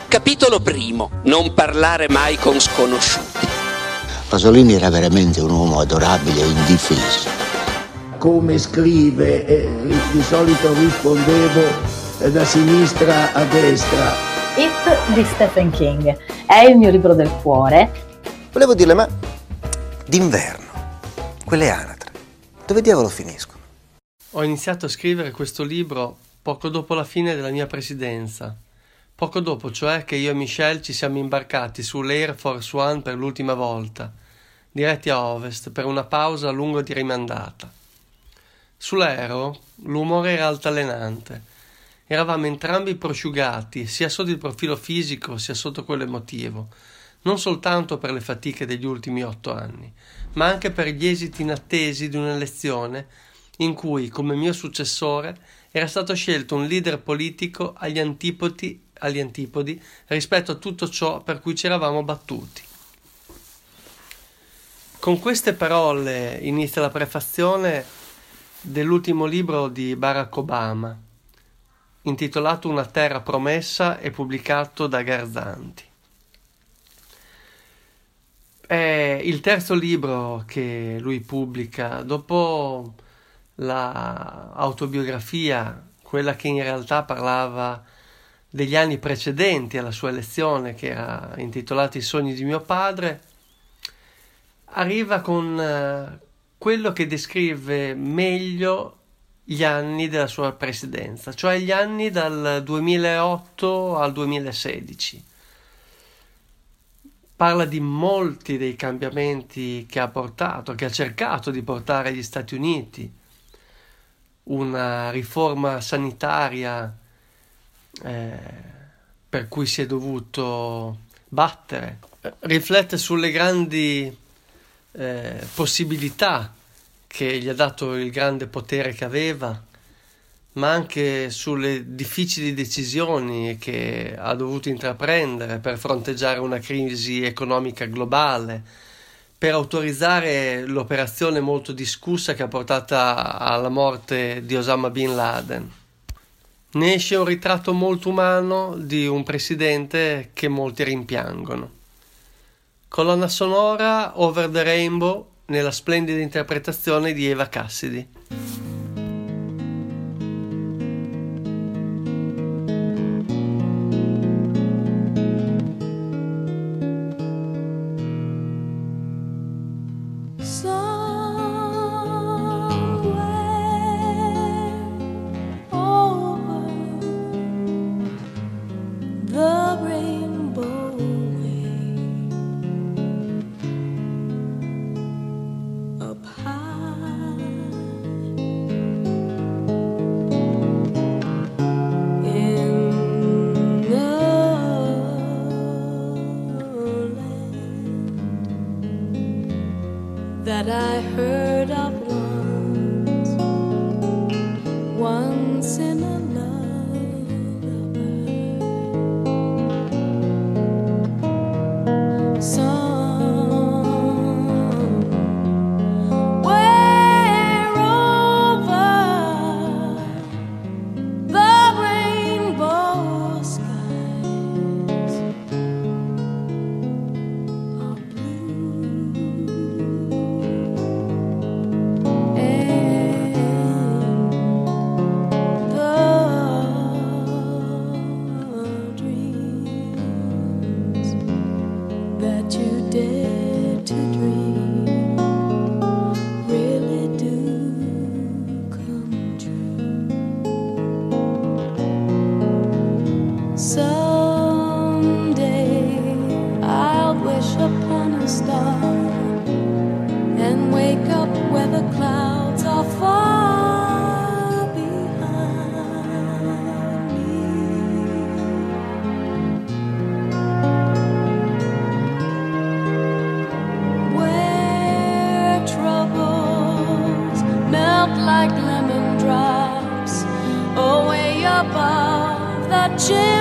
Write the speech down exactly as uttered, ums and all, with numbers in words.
Capitolo primo. Non parlare mai con sconosciuti. Pasolini era veramente un uomo adorabile e indifeso. Come scrive, eh, di solito rispondevo eh, da sinistra a destra. It di Stephen King è il mio libro del cuore. Volevo dirle, ma d'inverno, quelle anatre, dove diavolo finiscono? Ho iniziato a scrivere questo libro poco dopo la fine della mia presidenza. Poco dopo, cioè, che io e Michelle ci siamo imbarcati sull'Air Force One per l'ultima volta, diretti a ovest per una pausa a lungo di rimandata. Sull'aereo l'umore era altalenante. Eravamo entrambi prosciugati, sia sotto il profilo fisico sia sotto quello emotivo, non soltanto per le fatiche degli ultimi otto anni, ma anche per gli esiti inattesi di un'elezione in cui, come mio successore, era stato scelto un leader politico agli antipodi agli antipodi rispetto a tutto ciò per cui ci eravamo battuti. Con queste parole inizia la prefazione dell'ultimo libro di Barack Obama, intitolato Una terra promessa e pubblicato da Garzanti. È il terzo libro che lui pubblica dopo la autobiografia, quella che in realtà parlava degli anni precedenti alla sua elezione, che era intitolata I sogni di mio padre. Arriva con uh, quello che descrive meglio gli anni della sua presidenza, cioè gli anni dal duemilaotto al duemilasedici. Parla di molti dei cambiamenti che ha portato, che ha cercato di portare agli Stati Uniti, una riforma sanitaria Eh, per cui si è dovuto battere. Riflette sulle grandi eh, possibilità che gli ha dato il grande potere che aveva, ma anche sulle difficili decisioni che ha dovuto intraprendere per fronteggiare una crisi economica globale, per autorizzare l'operazione molto discussa che ha portato alla morte di Osama Bin Laden. Ne esce un ritratto molto umano di un presidente che molti rimpiangono. Colonna sonora Over the Rainbow nella splendida interpretazione di Eva Cassidy. That I heard of once, once in a lullaby. Somewhere over the rainbow skies are upon a star and wake up where the clouds are far behind me. Where troubles melt like lemon drops away above the chimney.